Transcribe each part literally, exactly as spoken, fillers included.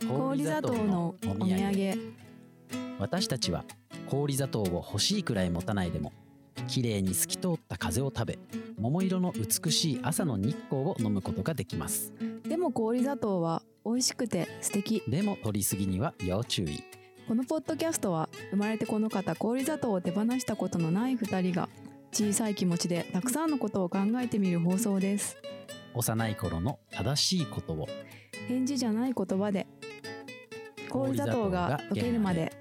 氷砂糖のお土産。 私たちは氷砂糖を欲しいくらい持たないでも、きれいに透き通った風を食べ、桃色の美しい朝の日光を飲むことができます。 でも氷砂糖は美味しくて素敵。 でも取りすぎには要注意。 このポッドキャストは生まれてこの方氷砂糖を手放したことのないふたりが小さい気持ちでたくさんのことを考えてみる放送です。 幼い頃の正しいことを返事じゃない言葉で氷砂糖が溶けるまで。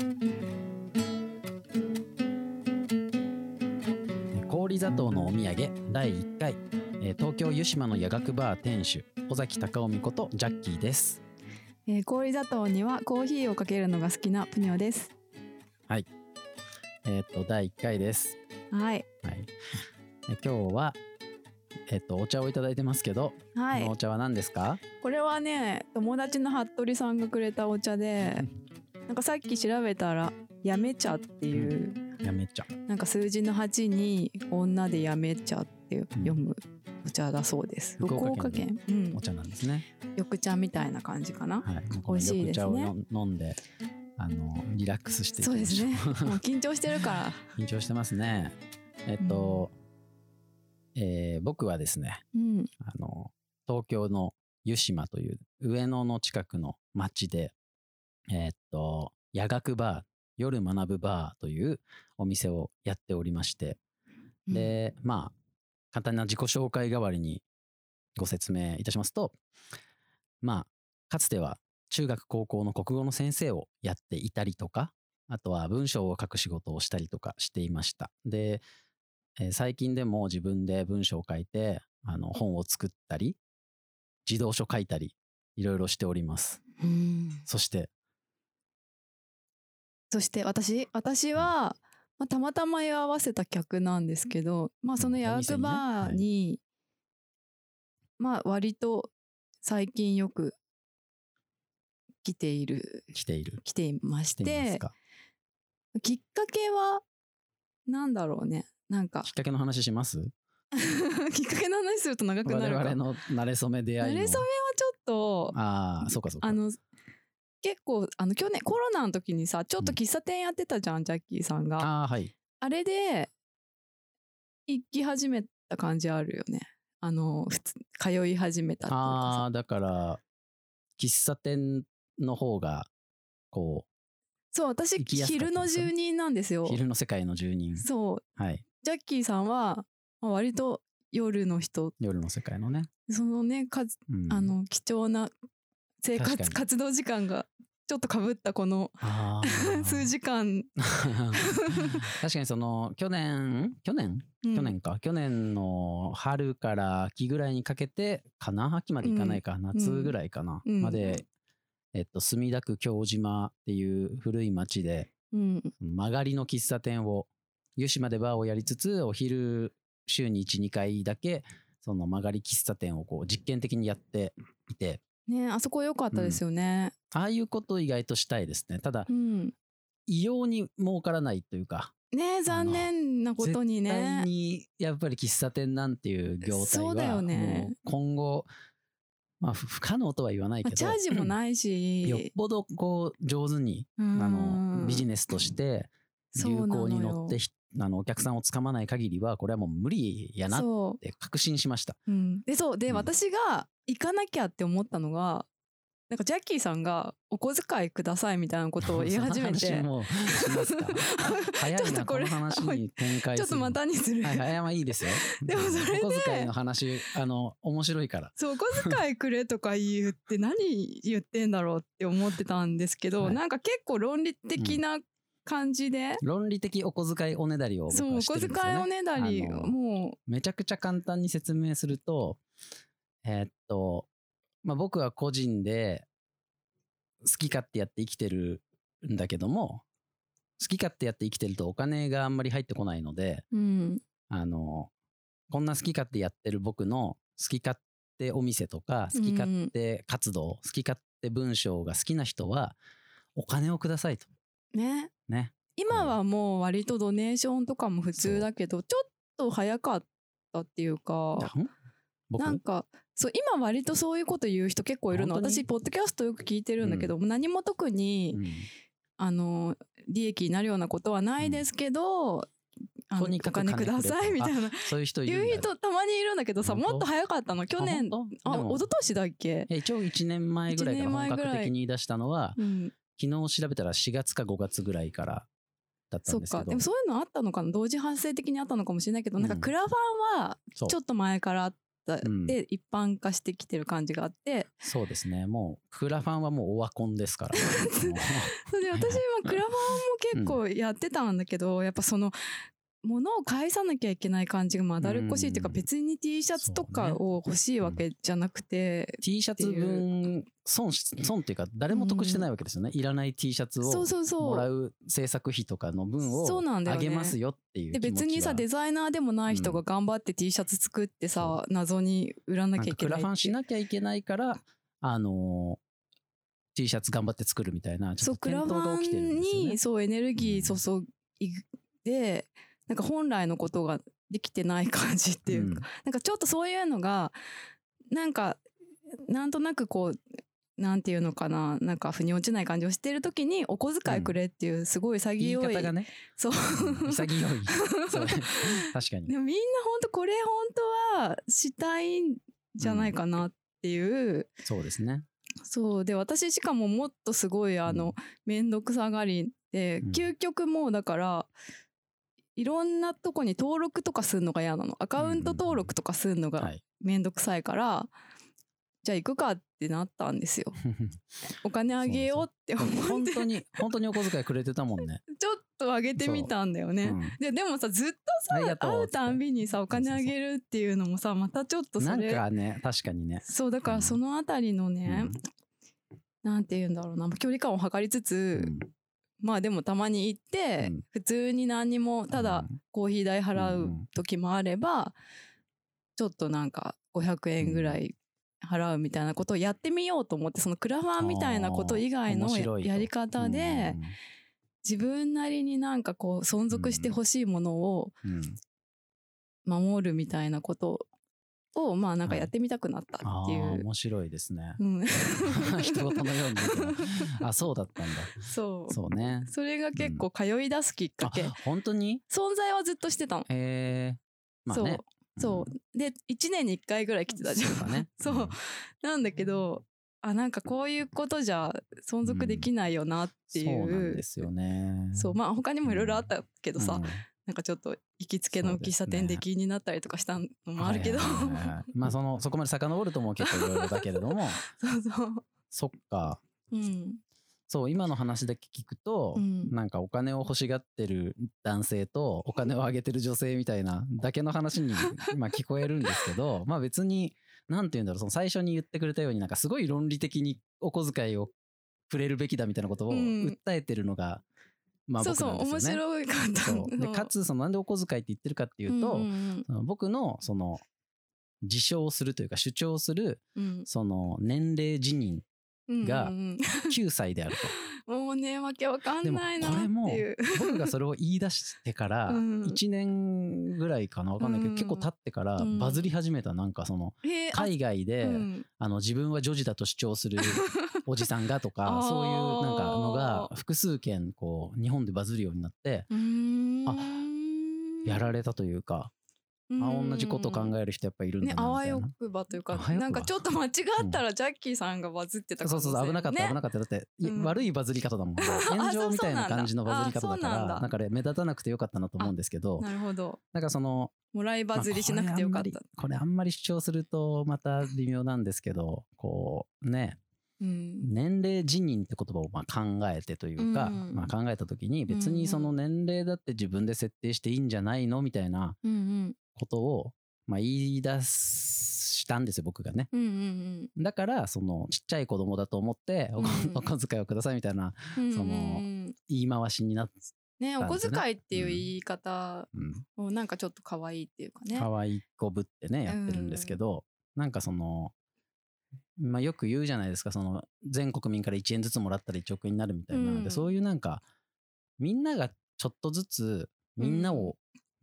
氷砂糖のお土産だいいっかい、東京湯島の夜学バー店主尾崎貴臣ことジャッキーです。 えー、氷砂糖にはコーヒーをかけるのが好きなプニョです。 はい、えっ、ー、とだいいっかいです。 はい、 はい、え今日はえっ、ー、とお茶をいただいてますけど、はい、このお茶は何ですか？ これはね、友達の服部さんがくれたお茶でなんかさっき調べたらやめ茶っていう、 うん、やめ茶、 なんか数字のはちに女でやめ茶って読むお茶だそうです。 うん、福岡県のお茶なんですね。 緑茶みたいな感じかな。 はい、 美味しいですね。 緑茶を飲んであのリラックスしていきましょう。 そうですね。もう緊張してるから緊張してますね。えっと、うん、えー、僕はですね、うん、あの東京の湯島という上野の近くの町で、えー、っと夜学バー、夜学ぶバーというお店をやっておりまして、で、うん、まあ簡単な自己紹介代わりにご説明いたしますと、まあかつては中学高校の国語の先生をやっていたりとか、あとは文章を書く仕事をしたりとかしていました。で、えー、最近でも自分で文章を書いてあの本を作ったり児童書書いたりいろいろしております。うん、そしてそして私私は、まあ、たまたま居合わせた客なんですけど、まあ、その夜学バーに、ね、はい、まあ割と最近よく来ている来ている来ていまして、きっかけはなんだろうね、なんかきっかけの話しますきっかけの話すると長くなるか。 我々の馴れ初め出会いの馴れ初めはちょっとああそうかそうか、 あの結構あの去年コロナの時にさちょっと喫茶店やってたじゃん、うん、ジャッキーさんが。 あ、はい、 あれで行き始めた感じあるよね。あの普通通い始めたっていうかさ。 あだから喫茶店の方がこうそう、私昼の住人なんですよ。 昼の世界の住人。 そう、 はい、 ジャッキーさんは、まあ、割と夜の人、 夜の世界のね、 そのねか、うん、あの貴重な生活活動時間がちょっとかぶったこの数時間確かにその去年去年、うん、去年か去年の春から秋ぐらいにかけてかな、秋までいかないか、うん、夏ぐらいかな、うん、まで、えっと、墨田区京島っていう古い町で、うん、曲がりの喫茶店を湯島でバーをやりつつお昼週に いち,に 回だけその曲がり喫茶店をこう実験的にやっていてね、あそこ良かったですよね、 うん、ああいうこと意外としたいですね。ただ、うん、異様に儲からないというかね、残念なことにね、 絶対にやっぱり喫茶店なんていう業態はそうだよね、もう今後まあ不可能とは言わないけど、 チャージもないしよっぽどこう上手にあのビジネスとして流行に乗ってあのお客さんをつかまない限りはこれはもう無理やなって確信しました。 うん、でそうで、うん、私が行かなきゃって思ったのがなんかジャッキーさんがお小遣いくださいみたいなことを言い始めてその話もしますか早いなこの話に展開するちょっとまたにするはいはい、まあいいですよでもそれでお小遣いの話あの面白いからそうお小遣いくれとか言って何言ってんだろうって思ってたんですけど、はい、なんか結構論理的な、うん感じで論理的お小遣いおねだりを僕はしてるんですよね。そうお小遣いおねだりもうめちゃくちゃ簡単に説明するとえー、っとまあ僕は個人で好き勝手やって生きてるんだけども好き勝手やって生きてるとお金があんまり入ってこないので、うん、あのこんな好き勝手やってる僕の好き勝手お店とか好き勝手活動、うん、好き勝手文章が好きな人はお金をくださいとねね、 今はもう割とドネーションとかも普通だけどちょっと早かったっていうかなんかそう今割とそういうこと言う人結構いるの。私ポッドキャストよく聞いてるんだけど、うん、何も特に、うん、あの利益になるようなことはないですけど、うん、あのお金くださいみたいなそういう人いるんだ。 言う人たまにいるんだけどさ、もっと早かったの去年、あ一昨年だっけ。 一応いちねんまえぐらいから本格的に言い出したのは、うん、昨日調べたらしがつかごがつぐらいからだったんですけど。そっか、 でもそういうのあったのかな、同時発生的にあったのかもしれないけど、うん、なんかクラファンはちょっと前からあったで一般化してきてる感じがあって、 うん、そうですね。もうクラファンはもうオワコンですからそうで私今クラファンも結構やってたんだけど、うん、やっぱその物を返さなきゃいけない感じがまだるっこしいっていうか、別に T シャツとかを欲しいわけじゃなくて、 うん、T シャツ分損損っていうか誰も得してないわけですよね、うん、いらない T シャツをもらう制作費とかの分をあげますよっていう気持ちは、 で別にさデザイナーでもない人が頑張って T シャツ作ってさ、うん、謎に売らなきゃいけない、 クラファンしなきゃいけないからあのー、T シャツ頑張って作るみたいなちょっと転倒が起きてるんですよね。 そうクラファンにそうエネルギー注いで、なんか本来のことができてない感じっていうか、うん、なんかちょっとそういうのがなんかなんとなくこうなんていうのかな、なんか腑に落ちない感じをしてる時にお小遣いくれっていうすごい潔い、 うん、言い方がね、 そう、 うん、潔いそう確かに。 でもみんな本当これ本当はしたいんじゃないかなっていう、うん、 そうですね。 そうで私しかももっとすごいあの、うん、めんどくさがりで、うん、究極もうだからいろんなとこに登録とかするのが嫌なの。アカウント登録とかするのがめんどくさいから、うんうんはい、じゃあ行くかってなったんですよ。お金あげようって思って本当に本当にお小遣いくれてたもんね。 ちょっとあげてみたんだよね、うん、で, でもさずっとさ会うたんびにさお金あげるっていうのもさまたちょっとそれなんかね確かにね。 そうだからそのあたりのね、うん、なんて言うんだろうな、距離感を測りつつ、うん、まあでもたまに行って、うん、普通に何にもただコーヒー代払う時もあれば、うん、ちょっとなんかごひゃくえんぐらい払うみたいなことをやってみようと思って、そのクラファンみたいなこと以外の や, やり方で、うん、自分なりになんかこう存続してほしいものを守るみたいなことをまあなんかやってみたくなったっていう、はい、 あ面白いですね、 うん、 人事のようにあそうだったんだ。 そうそうね。 それが結構通い出すきっかけ、うん、 本当に存在はずっとしてたの。 へえ、まあね、 そう、うん、でいちねんにいっかいぐらい来てたじゃん。そうだねそう、うん、なんだけどあなんかこういうことじゃ存続できないよなっていう、 うん、そうなんですよね。 そうまあ他にもいろいろあったけどさ、うん、なんかちょっと行きつけの喫茶店で気になったりとかしたのもあるけど、 まあそのそこまで遡るともう結構いろいろだけれどもそうそうそっか、 うん、そう今の話だけ聞くと、うん、なんかお金を欲しがってる男性とお金をあげてる女性みたいなだけの話にまあ聞こえるんですけどまあ別になんて言うんだろう、その最初に言ってくれたようになんかすごい論理的にお小遣いをくれるべきだみたいなことを訴えてるのが、うん、まあ僕なんですよね。 そうそう面白いかったそうでかつそのなんでお小遣いって言ってるかっていうと、うんうん、その僕のその自称するというか主張する、うん、その年齢自認がきゅうさいであると。 もうねわけわかんないなっていう。 でもこれも僕がそれを言い出してからいちねんぐらいかなわかんないけど、うん、結構経ってからバズり始めた、なんかその海外で、うん、あの自分は女児だと主張するおじさんがとかそういうなんかのが複数件こう日本でバズるようになって、あやられたというか。あ同じこと考える人やっぱいるんだなみたいな、ね、 あわよくばというかなんかちょっと間違ったらジャッキーさんがバズってたかもしれない、 うん、そうそうそう危なかった、ね、危なかっただって、うん、悪いバズり方だもんね炎上みたいな感じのバズり方だからなんか、ね、目立たなくてよかったなと思うんですけど、 なるほど、 なんかそのもらいバズりしなくてよかった、まあ、 これあんまり主張するとまた微妙なんですけどこうね、うん、年齢自認って言葉をまあ考えてというか、うんまあ、考えた時に別にその年齢だって自分で設定していいんじゃないのみたいなことをまあ言い出したんですよ僕がね、うんうんうん、だからそのちっちゃい子供だと思ってお、うん、お小遣いをくださいみたいな、うんうん、その言い回しになってね、お小遣いっていう言い方もなんかちょっと可愛いっていうかね、 可愛い子ぶってねやってるんですけど、うん、なんかそのまあよく言うじゃないですか、その全国民からいちえんずつもらったらいちおくえんになるみたいな、うん、でそういうなんかみんながちょっとずつみんなを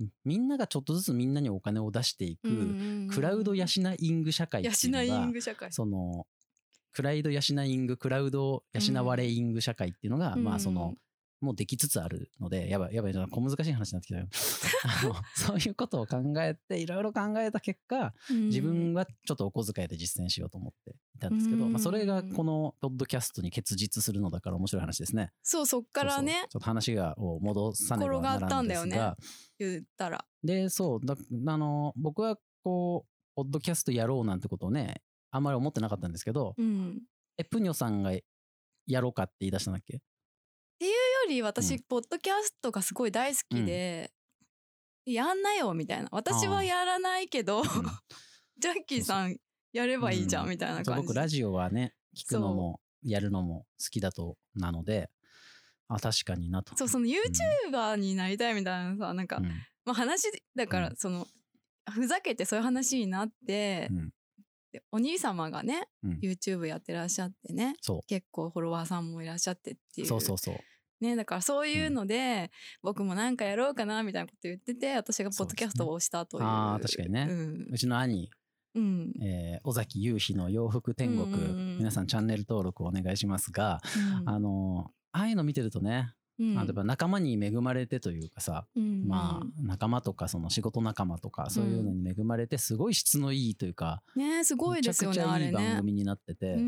みんながちょっとずつみんなにお金を出していく、うんうんうん、クラウド養イング社会っていうのが、養イング社会、そのクラウド養イングクラウド養われイング社会っていうのが、うん、まあそのもうできつつあるので、やばいやばい小難しい話になってきたよあのそういうことを考えていろいろ考えた結果、うん、自分はちょっとお小遣いで実践しようと思っていたんですけど、うん、まあ、それがこのポッドキャストに結実するのだから面白い話ですね。 そう、そっからね、 そうそう、ちょっと話がを戻さねばならんですが、転がったんだよね、 言ったら。 で、そうだ、あの僕はこうポッドキャストやろうなんてことをねあんまり思ってなかったんですけど、うん、えプニョさんがやろうかって言い出したんだっけっていうより私、うん、ポッドキャストがすごい大好きで、うん、やんなよみたいな、私はやらないけど、うん、ジャッキーさんやればいいじゃんみたいな感じ、うん、 僕ラジオはね聞くのもやるのも好きだとなので、あ確かになと。 そう、その YouTuber になりたいみたいなさ、なんか、うん、まあ話だから、そのふざけてそういう話になって、うん、でお兄様がね、うん、YouTube やってらっしゃってね、結構フォロワーさんもいらっしゃってっていう、 そうそうそうね、だからそういうので、うん、僕もなんかやろうかなみたいなこと言ってて、私がポッドキャストをしたという。 ああ確かにね、うん、うちの兄、うんえー、尾崎雄飛の洋服天国、うん、皆さんチャンネル登録お願いしますが、うん、あのああいうの見てるとね、うん、例えば仲間に恵まれてというかさ、うん、まあ仲間とかその仕事仲間とかそういうのに恵まれてすごい質のいいというか、 うん、ねすごいですよね、 めちゃくちゃいい番組になってて、うんうん、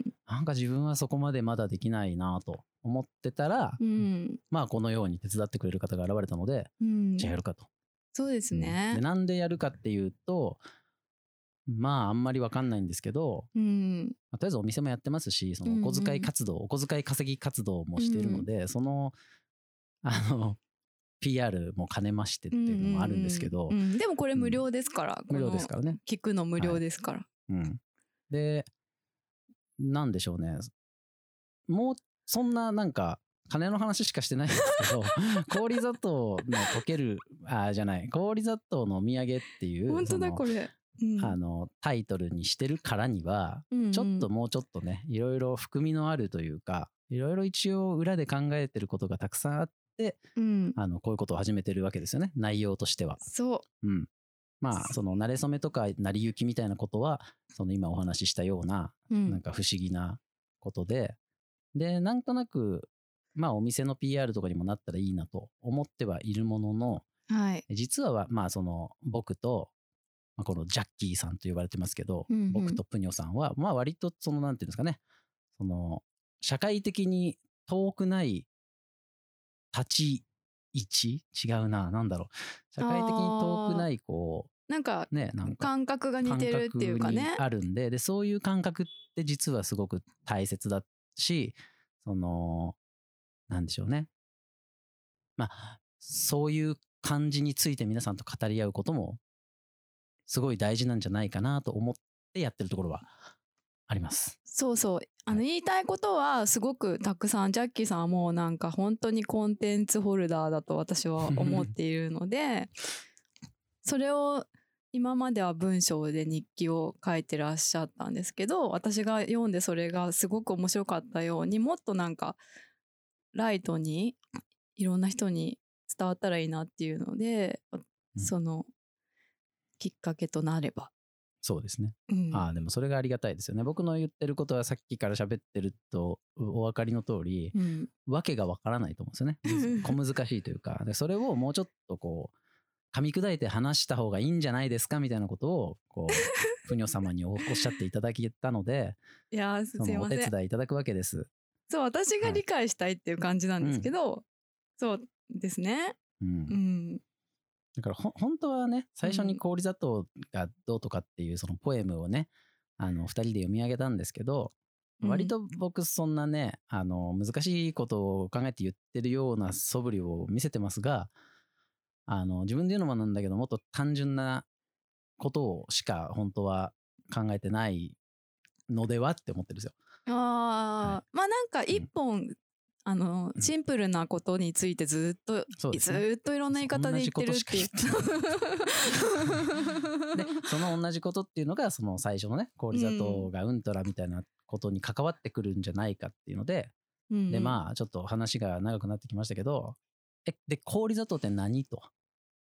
なんか自分はそこまでまだできないなと思ってたら、うん、まあこのように手伝ってくれる方が現れたので、うん、じゃあやるかと。 そうですね、 うん、でなんでやるかっていうと、まああんまり分かんないんですけど、うんまあ、とりあえずお店もやってますし、そのお小遣い活動、うんうん、お小遣い稼ぎ活動もしてるので、うん、そのあの ピーアール も兼ねましてっていうのもあるんですけど、 うんうんうん、でもこれ無料ですから、 うん、無料ですからね、 聞くの無料ですから、はいうん、 でなんでしょうね、もうそんななんか金の話しかしてないんですけど氷砂糖の溶けるあじゃない氷砂糖のお土産っていう本当だこれ、 うん、あのタイトルにしてるからには、うんうん、ちょっともうちょっとねいろいろ含みのあるというか、いろいろ一応裏で考えてることがたくさんあって、うん、あのこういうことを始めてるわけですよね、内容としては。 そう、 うん、まあその馴れ初めとか成り行きみたいなことはその今お話ししたような、うん、なんか不思議なことで、でなんとなくまあお店の ピーアール とかにもなったらいいなと思ってはいるものの、はい、実はまあその僕とまあ、このジャッキーさんと呼ばれてますけど、うんうん、僕とプニョさんはまあ割とそのなんていうんですかね、その社会的に遠くない立ち位置、違うな、なんだろう、社会的に遠くないこうなんか、ね、なんか感覚が似てるっていうかね、 あるんで、でそういう感覚って実はすごく大切だし、そのなんでしょうね、まあそういう感じについて皆さんと語り合うこともすごい大事なんじゃないかなと思ってやってるところはあります。 そうそう、あの言いたいことはすごくたくさん、ジャッキーさんはもうなんか本当にコンテンツホルダーだと私は思っているのでそれを今までは文章で日記を書いてらっしゃったんですけど、私が読んでそれがすごく面白かったように、もっとなんかライトにいろんな人に伝わったらいいなっていうので、うん、そのきっかけとなれば。 そうですね、うん、ああでもそれがありがたいですよね。僕の言ってることはさっきから喋ってるとお分かりの通り、うん、わけがわからないと思うんですよね小難しいというか、でそれをもうちょっとこう噛み砕いて話した方がいいんじゃないですかみたいなことをこうプニョ様に お, おっしゃっていただけたのでいやすいません、 そのお手伝いいただくわけです。 そう、私が理解したいっていう感じなんですけど、はい、そうですね、うん、うんだからほ本当はね、最初に氷砂糖がどうとかっていうそのポエムをね、あのふたりで読み上げたんですけど、割と僕そんなね、あの難しいことを考えて言ってるような素振りを見せてますが、あの自分で言うのもなんだけど、もっと単純なことをしか本当は考えてないのではって思ってるんですよ。 ああ、はい、まあなんか一本、うんあのシンプルなことについてずっと、ね、ずっといろんな言い方で言ってるっていうでその同じことっていうのがその最初のね氷砂糖がうんたらみたいなことに関わってくるんじゃないかっていうので、うん、でまあちょっと話が長くなってきましたけど、えで氷砂糖って何と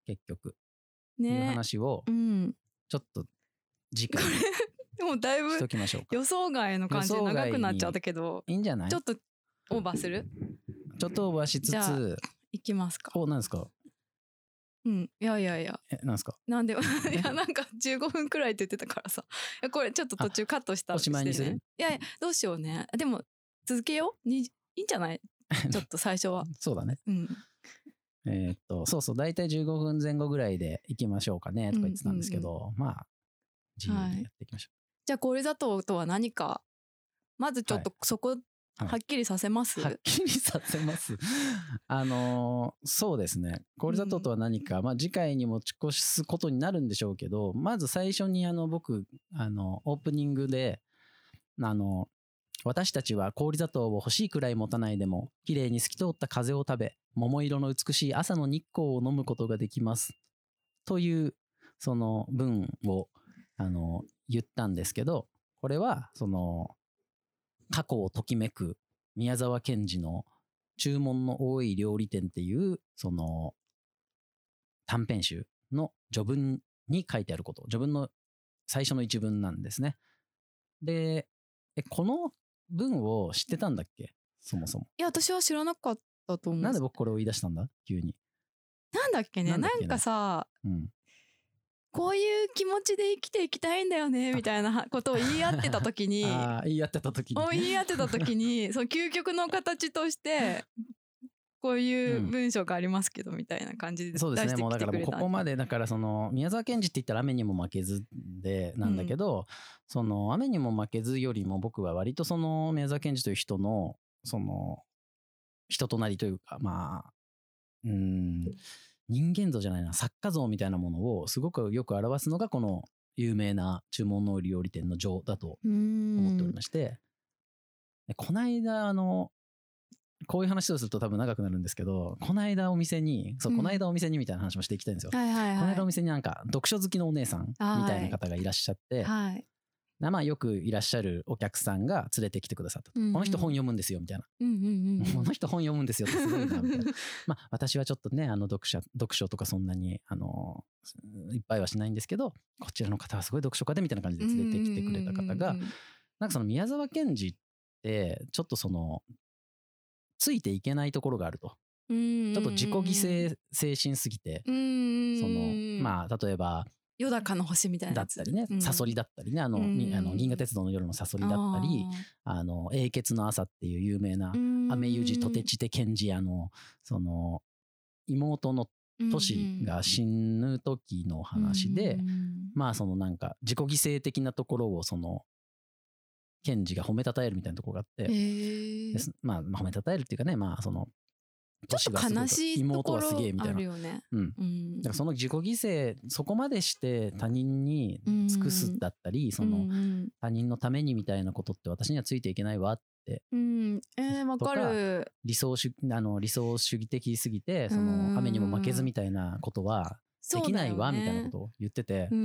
結局。 ね。 いう話を、ちょっと次回でもだいぶしときましょうか。 予想外の感じで長くなっちゃったけど、 いいんじゃない？ ちょっとオーバーする？ ちょっとオーバーしつつ、 いきますか。 お、なんですか？ うん、いやいやいや。 え、なんですか？ なんでいやなんかじゅうごふんくらいって言ってたからさ。いやこれちょっと途中カットしたおしまいにする？ いやいやどうしようね。でも続けよう。にいいんじゃない？ちょっと最初は。 そうだね。 うん。 えー、っとそうそう大体じゅうごふんぜん後ぐらいで行きましょうかねとか言ってたんですけど、うんうんうん、まあ自由にやっていきましょう。はい、 じゃあ氷砂糖とは何かまずちょっとそこ、はいはっきりさせます、 はい、はっきりさせますあのー、そうですね氷砂糖とは何か、うん、まあ次回に持ち越すことになるんでしょうけど、まず最初にあの僕あのオープニングであの私たちは氷砂糖を欲しいくらい持たないでもきれいに透き通った風を食べ桃色の美しい朝の日光を飲むことができますというその文をあの言ったんですけど、これはその過去をときめく宮沢賢治の注文の多い料理店っていうその短編集の序文に書いてあること、序文の最初の一文なんですね。で、えこの文を知ってたんだっけそもそも？ いや私は知らなかったと思う。 なんで僕これを言い出したんだ急に？ なんだっけね、なんかさ、うん、こういう気持ちで生きていきたいんだよねみたいなことを言い合ってた時にあ言い合ってた時に言い合ってた時にその究極の形としてこういう文章がありますけどみたいな感じで出してきてくれた、 うん、そうですね。もうだからもうここまでだからその宮沢賢治って言ったら雨にも負けずでなんだけど、うん、その雨にも負けずよりも僕は割とその宮沢賢治という人のその人となりというかまあうん人間像じゃないな作家像みたいなものをすごくよく表すのがこの有名な注文の料理店の序だと思っておりまして、この間あのこういう話をすると多分長くなるんですけど、この間お店にそう、うん、この間お店にみたいな話もしていきたいんですよ、はいはいはい、この間お店になんか読書好きのお姉さんみたいな方がいらっしゃって、はい、まあよくいらっしゃるお客さんが連れてきてくださった、うんうん、この人本読むんですよみたいな、うんうんうん、この人本読むんですよってすごいなみたいなまあ私はちょっとねあの読書読書とかそんなにあのいっぱいはしないんですけど、こちらの方はすごい読書家でみたいな感じで連れてきてくれた方が、なんかその宮沢賢治ってちょっとそのついていけないところがあると、ちょっと自己犠牲精神すぎて、そのまあ例えば夜高の星みたいなだったりね、サソリだったりね、あの、あの銀河鉄道の夜のサソリだったり、あの永訣の朝っていう有名な雨ゆじとてちて賢治屋のその妹のトシが死ぬ時の話で、まあそのなんか自己犠牲的なところをその賢治が褒めたたえるみたいなところがあって、まあ褒めたたえるっていうかね、まあそのちょっと悲しいところあるよね。 うん。うん、だからその自己犠牲そこまでして他人に尽くすだったり、うん、その他人のためにみたいなことって私にはついていけないわって。 うん。えー、わかる。 理想主あの理想主義的すぎてその雨にも負けずみたいなことはできないわみたいなことを言ってて、うんうん、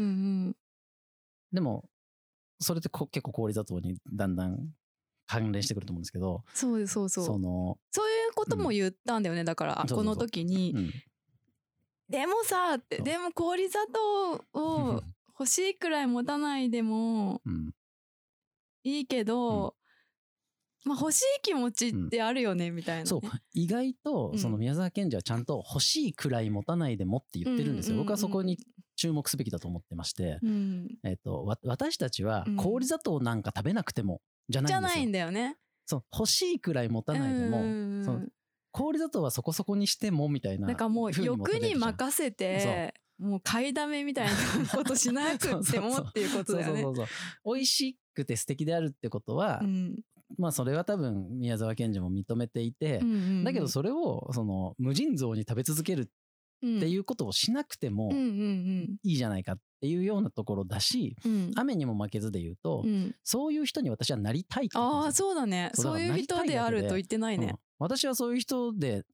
でもそれってこ結構氷砂糖にだんだん関連してくると思うんですけど、 そうそうそう、 そのそういうことも言ったんだよね、うん、だからこの時にそうそうそう、うん、でもさってでも氷砂糖を欲しいくらい持たないでもいいけど、うん、まあ欲しい気持ちってあるよね、うん、みたいな、ね、 そう意外とその宮沢賢治はちゃんと欲しいくらい持たないでもって言ってるんですよ、うんうんうんうん、僕はそこに注目すべきだと思ってまして、うん、えっと、わ私たちは氷砂糖なんか食べなくてもじゃないんですよ。 じゃないんだよね。 そう欲しいくらい持たないでも、その氷砂糖はそこそこにしてもみたいな。 なんかもう欲に任せてもう買いだめみたいなことしなくてもっていうことだよね。そうそうそうそう。美味しくて素敵であるってことは、うん、まあそれは多分宮沢賢治も認めていて、うんうんうん、だけどそれをその無尽蔵に食べ続けるっていうことをしなくてもいいじゃないかっていうようなところだし、うん、雨にも負けずで言うと、うん、そういう人に私はなりたいって。ああそうだね、そういう人であると言ってないね、 うん、私はそういう人で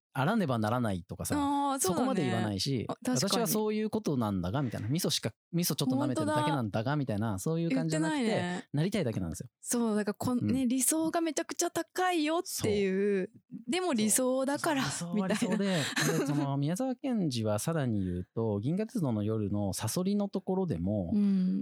あらねばならないとかさ、 あ、 そ, そこまで言わないし、私はそういうことなんだがみたいな、味噌しか味噌ちょっと舐めてるだけなんだがみたいな、そういう感じじゃなくて、ね、なりたいだけなんですよ。 そうだからこ、うんね、理想がめちゃくちゃ高いよっていう、でも理想だからみたいな。 理想で、でその宮沢賢治はさらに言うと銀河鉄道の夜のサソリのところでも、うん、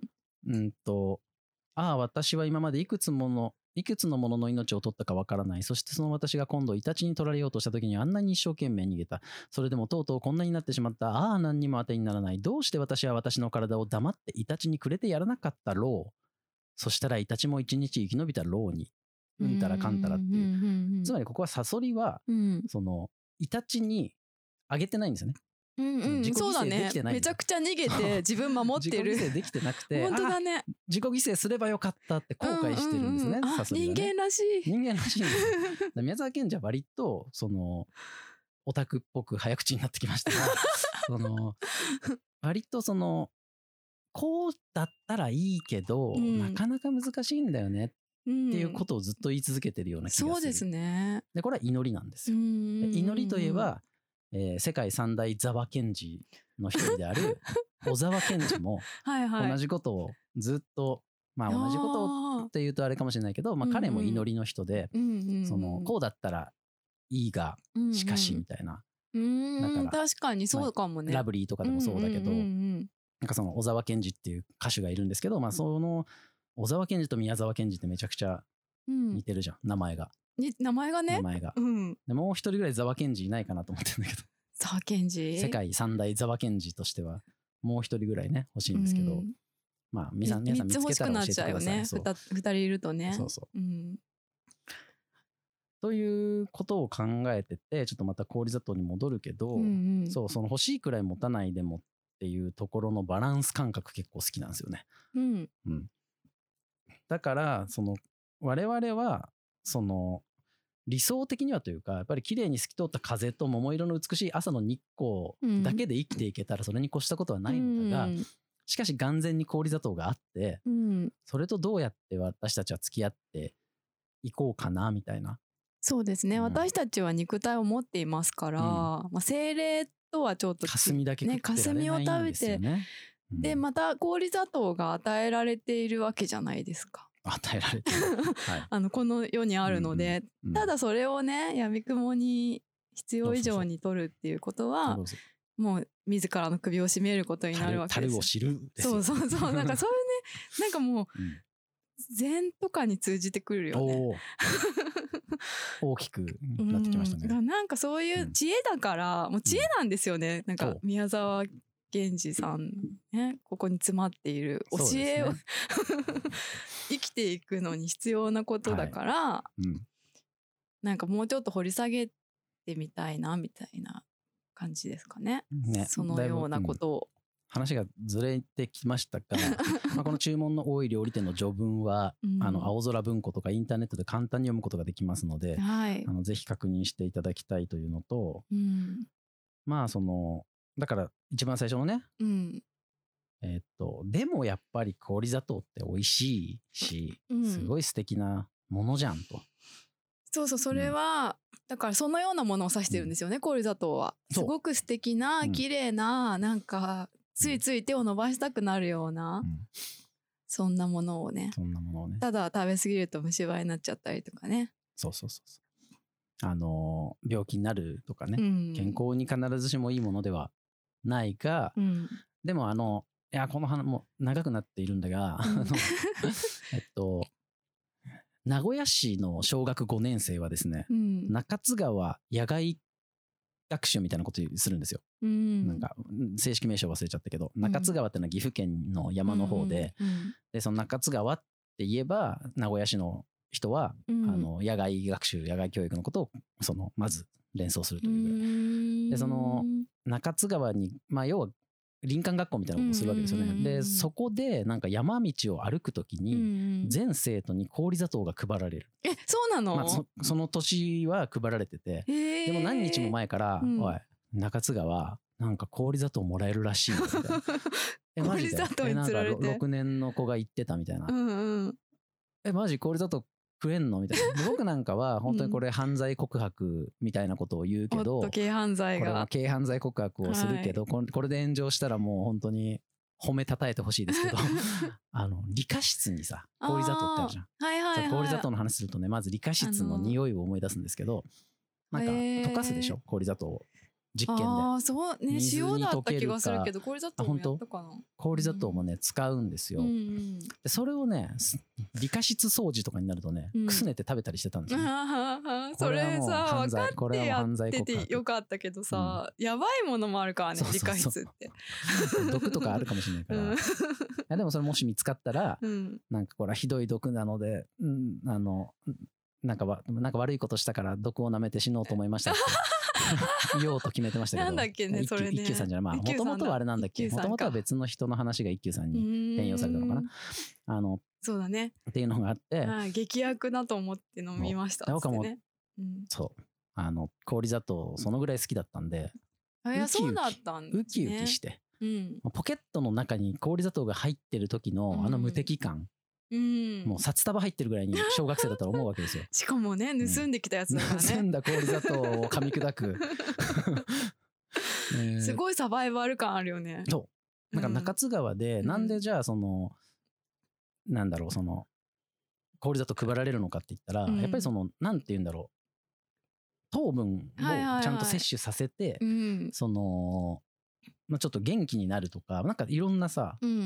うんとああ私は今までいくつものいくつのものの命を取ったかわからない。そしてその私が今度イタチに取られようとした時にあんなに一生懸命逃げた。それでもとうとうこんなになってしまった。ああ何にも当てにならない。どうして私は私の体を黙ってイタチにくれてやらなかったろう。そしたらイタチも一日生き延びたろうに。うんたらかんたらっていう。つまりここはサソリは、うん、そのイタチにあげてないんですよね。 うんうん、自己犠牲できてない、ね、めちゃくちゃ逃げて自分守ってる。 自己犠牲できてなくて本当だね。 自己犠牲すればよかったって後悔してるんですね。 うんうんうん、 サソリはね、 人間らしい。 人間らしいんですよ。宮沢賢治は割とそのオタクっぽく早口になってきましたがその割とそのこうだったらいいけど、うん、なかなか難しいんだよねっていうことをずっと言い続けてるような気がする。 そうですね。 でこれは祈りなんですよ。祈りといえばえー、世界三大ザワ賢治の一人である小沢賢治も同じことをずっとまあ同じことって言うとあれかもしれないけど、まあ、彼も祈りの人で、そのこうだったらいいがしかしみたいな、 だから確かにそうかもね、 まあ、ラブリーとかでもそうだけど、なんかその小沢賢治っていう歌手がいるんですけど、まあ、その小沢賢治と宮沢賢治ってめちゃくちゃ似てるじゃん、名前が。 名前がね、 名前が、 うん、 でもう一人ぐらいザワ賢治いないかなと思ってるんだけど、 ザワ賢治世界三大ザワ賢治としてはもう一人ぐらいね欲しいんですけど、うん、まあ皆さん皆さん見つけたら教えてください。 そうふたりいるとね。 そうそう、 うん、 ということを考えてて、ちょっとまた氷砂糖に戻るけど、うんうん、そうその欲しいくらい持たないでもっていうところのバランス感覚結構好きなんですよね。 うんうん、だからその我々はその理想的にはというか、やっぱり綺麗に透き通った風と桃色の美しい朝の日光だけで生きていけたらそれに越したことはないのだが、うん、しかし眼前に氷砂糖があって、うん、それとどうやって私たちは付き合っていこうかなみたいな。 そうですね、うん、私たちは肉体を持っていますから、うん、まあ、精霊とはちょっと霞だけ食ってられないんですよね。 霞を食べて、うん、でまた氷砂糖が与えられているわけじゃないですか。 与えられてる、はい、 あのこの世にあるので、うんうん、ただそれをね闇雲に必要以上に取るっていうことはもう自らの首を絞めることになるわけですよ。 樽を知るですよ。 そうそうそう、なんかそういうねなんかもう、うん、禅とかに通じてくるよね。 大きくなってきましたね。 うん、なんかそういう知恵だから、うん、もう知恵なんですよね、うん、なんか宮沢賢治さんね、ここに詰まっている教えを、ね、生きていくのに必要なことだから、はいうん、なんかもうちょっと掘り下げてみたいなみたいな感じですか ね, ねそのようなことを、うん、 話がずれてきましたがまあこの注文の多い料理店の序文は、うん、あの青空文庫とかインターネットで簡単に読むことができますので、はい、あのぜひ確認していただきたいというのと、うん、まあそのだから一番最初のね、うんえー、っとでもやっぱり氷砂糖って美味しいし、うん、すごい素敵なものじゃんと。 そうそうそれは、うん、だからそのようなものを指してるんですよね、うん、氷砂糖は。すごく素敵な、うん、綺麗ななんかついつい手を伸ばしたくなるような、うん、そんなものをね、 そんなものをね、 ただ食べ過ぎると虫歯になっちゃったりとかね。 そうそうそうそう、あの病気になるとかね、うん、健康に必ずしもいいものではないが、うん、でもあのいやこの話も長くなっているんだが、うん、えっと名古屋市の小学ごねん生はですね、うん、中津川野外学習みたいなことするんですよ、うん、なんか正式名称忘れちゃったけど、うん、中津川ってのは岐阜県の山の方で、うん、でその中津川って言えば名古屋市の人は、うん、あの野外学習野外教育のことをそのまず連想するというぐらい、うん、でその中津川に、まあ、要は林間学校みたいなことをするわけですよね。でそこでなんか山道を歩くときに全生徒に氷砂糖が配られる。 えそうなの、 まあ、そ, その年は配られてて、でも何日も前から、うん、おい中津川なんか氷砂糖もらえるらしいみたいなえマジで氷砂糖に釣られてろくねんの子が言ってたみたいな、うんうん、えマジ氷砂糖食えんのみたいな。僕なんかは本当にこれ犯罪告白みたいなことを言うけど、 おっと軽犯罪がこれは軽犯罪告白をするけど、はい、これで炎上したらもう本当に褒めたたえてほしいですけどあの理科室にさ氷砂糖ってあるじゃん、 はいはいはい、 氷砂糖の話するとねまず理科室の匂いを思い出すんですけど、なんか溶かすでしょ氷砂糖を実験で。 ああそうね、塩だった気がするけど氷砂糖もやったかな。 氷砂糖もね、うん、使うんですよ、うんうん、でそれをね理科室掃除とかになるとね、うん、くすねて食べたりしてたんですよ、ね、 それさ分かってやっててよかったけどさ、うん、やばいものもあるからね理科室って毒とかあるかもしれないから、うん、いやでもそれもし見つかったら、うん、なんかこれはひどい毒なので、うん、あのなんかわなんか悪いことしたから毒を舐めて死のうと思いましたって言おうと決めてましたけど。 なんだっけねそれね。 一休さんじゃない、まあもともとはあれなんだっけ。もともとは別の人の話が一休さんに転用されたのかな。あのそうだね。 っていうのがあって、 ああ劇薬だと思って飲みましたっつってね。 うん、そうあの氷砂糖そのぐらい好きだったんで。 あいやそうだったんですね。 ウキウキして、 うん、 ポケットの中に氷砂糖が入ってる時のあの無敵感。うん、もう札束入ってるぐらいに小学生だったら思うわけですよしかもね盗んできたやつだからね、 うん、盗んだ氷砂糖を噛み砕く、 ね、すごいサバイバル感あるよね。 そうなんか中津川で、うん、なんでじゃあそのなんだろうその氷砂糖配られるのかって言ったら、うん、やっぱりそのなんて言うんだろう糖分をちゃんと摂取させて、はいはいはい、そのまあ、ちょっと元気になるとかなんかいろんなさ、うんうんうん、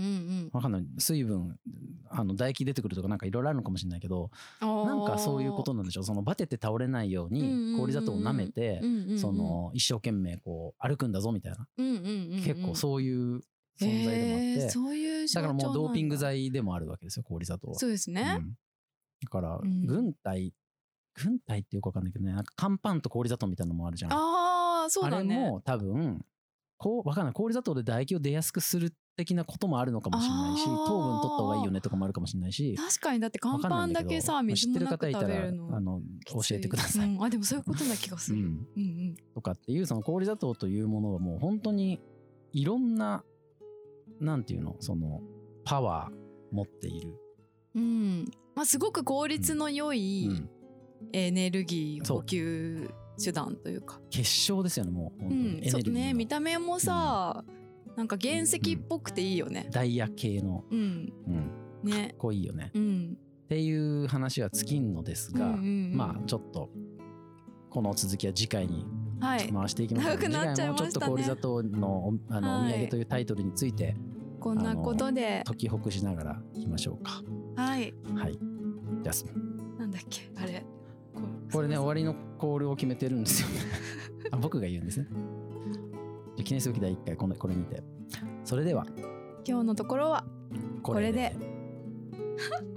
わかんない水分あの唾液出てくるとかなんかいろいろあるのかもしれないけどなんかそういうことなんでしょう。そのバテて倒れないように氷砂糖を舐めて、うんうんうん、その一生懸命こう歩くんだぞみたいな、うんうんうんうん、結構そういう存在でもあって、えー、そういうだからもうドーピング剤でもあるわけですよ氷砂糖は。 そうですね、 うん、だから軍隊、うん、軍隊ってよくわかんないけどねなんか乾パンと氷砂糖みたいなのもあるじゃん。 あーそうだね。 あれも多分こうわかんない氷砂糖で唾液を出やすくする的なこともあるのかもしれないし糖分取った方がいいよねとかもあるかもしれないし確かにだって乾パンだけさ水もなく食べるの、 まあ、知ってる方いたらあの教えてください、 うん、あでもそういうことな気がする、うんうんうん、 とかっていうその氷砂糖というものはもう本当にいろんななんていうのそのパワー持っている、 うんまあ、すごく効率の良い、うん、エネルギー補給手段というか結晶ですよねもう本当にエネルギーの、うん、そうね見た目もさ、うん、なんか原石っぽくていいよね、 うん、ダイヤ系の、 うんうん、ねかっこいいよね、うん、っていう話は尽きんのですが、うんうんうん、まあちょっとこの続きは次回に回していきますので、はい、次回もちょっと氷砂糖のあの、はい、お土産というタイトルについてこんなことで解きほぐしながらいきましょうか。 はいはいじゃあなんだっけあれこれね終わりのコールを決めてるんですよあ僕が言うんですね。じゃ記念すべきだいいっかいこれこれにてそれでは今日のところはこれでこれで